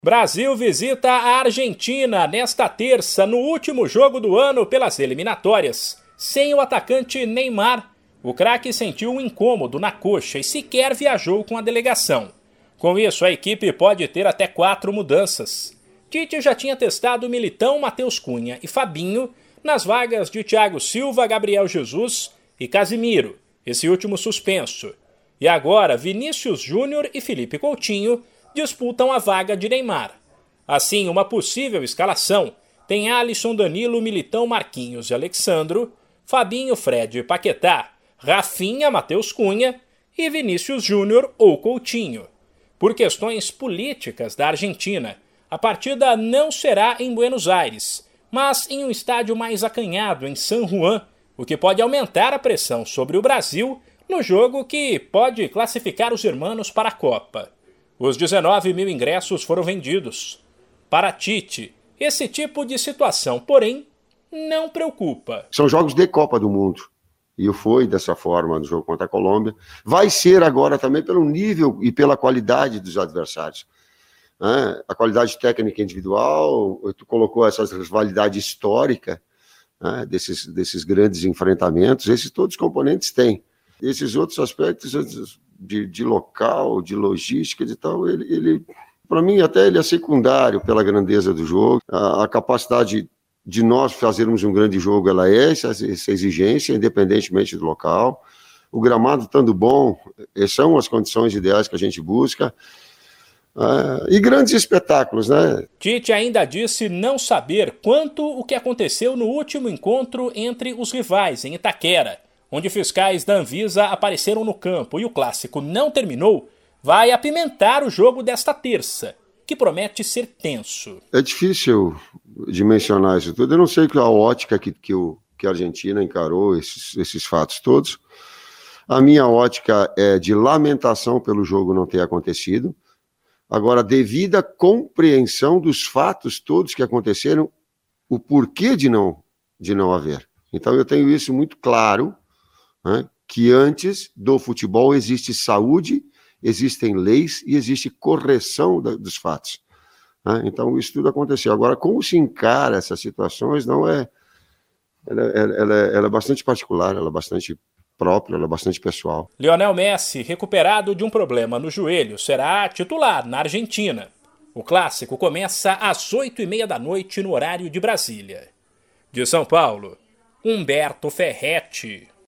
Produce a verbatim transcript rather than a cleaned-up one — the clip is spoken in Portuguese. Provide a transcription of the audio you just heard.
Brasil visita a Argentina nesta terça, no último jogo do ano pelas eliminatórias. Sem o atacante Neymar, o craque sentiu um incômodo na coxa e sequer viajou com a delegação. Com isso, a equipe pode ter até quatro mudanças. Tite já tinha testado Militão, Matheus Cunha e Fabinho nas vagas de Thiago Silva, Gabriel Jesus e Casimiro, esse último suspenso. E agora, Vinícius Júnior e Felipe Coutinho disputam a vaga de Neymar. Assim, uma possível escalação tem Alisson, Danilo, Militão, Marquinhos e Alexandro, Fabinho, Fred e Paquetá, Rafinha, Matheus Cunha e Vinícius Júnior ou Coutinho. Por questões políticas da Argentina, a partida não será em Buenos Aires, mas em um estádio mais acanhado em San Juan, o que pode aumentar a pressão sobre o Brasil no jogo que pode classificar os hermanos para a Copa. Os dezenove mil ingressos foram vendidos. Para Tite, esse tipo de situação, porém, não preocupa. São jogos de Copa do Mundo. E foi dessa forma no jogo contra a Colômbia. Vai ser agora também pelo nível e pela qualidade dos adversários. É, a qualidade técnica individual, tu colocou essa rivalidade histórica, né, desses, desses grandes enfrentamentos, esses todos os componentes têm. Esses outros aspectos de, de local, de logística e tal, ele, ele para mim até ele é secundário pela grandeza do jogo. A, a capacidade de nós fazermos um grande jogo, ela é essa, essa exigência, independentemente do local. O gramado estando bom, são as condições ideais que a gente busca. Uh, e grandes espetáculos, né? Tite ainda disse não saber quanto o que aconteceu no último encontro entre os rivais em Itaquera, onde fiscais da Anvisa apareceram no campo e o clássico não terminou, vai apimentar o jogo desta terça, que promete ser tenso. É difícil dimensionar isso tudo. Eu não sei qual a ótica que, que, o, que a Argentina encarou esses, esses fatos todos. A minha ótica é de lamentação pelo jogo não ter acontecido. Agora, devido à compreensão dos fatos todos que aconteceram, o porquê de não, de não haver. Então, eu tenho isso muito claro, né, que antes do futebol existe saúde, existem leis e existe correção da, dos fatos. Né? Então, isso tudo aconteceu. Agora, como se encara essas situações, não é... Ela, ela, ela, ela é bastante particular, ela é bastante... próprio, ela é bastante pessoal. Lionel Messi, recuperado de um problema no joelho, será titular na Argentina. O clássico começa às oito e meia da noite no horário de Brasília. De São Paulo, Humberto Ferretti.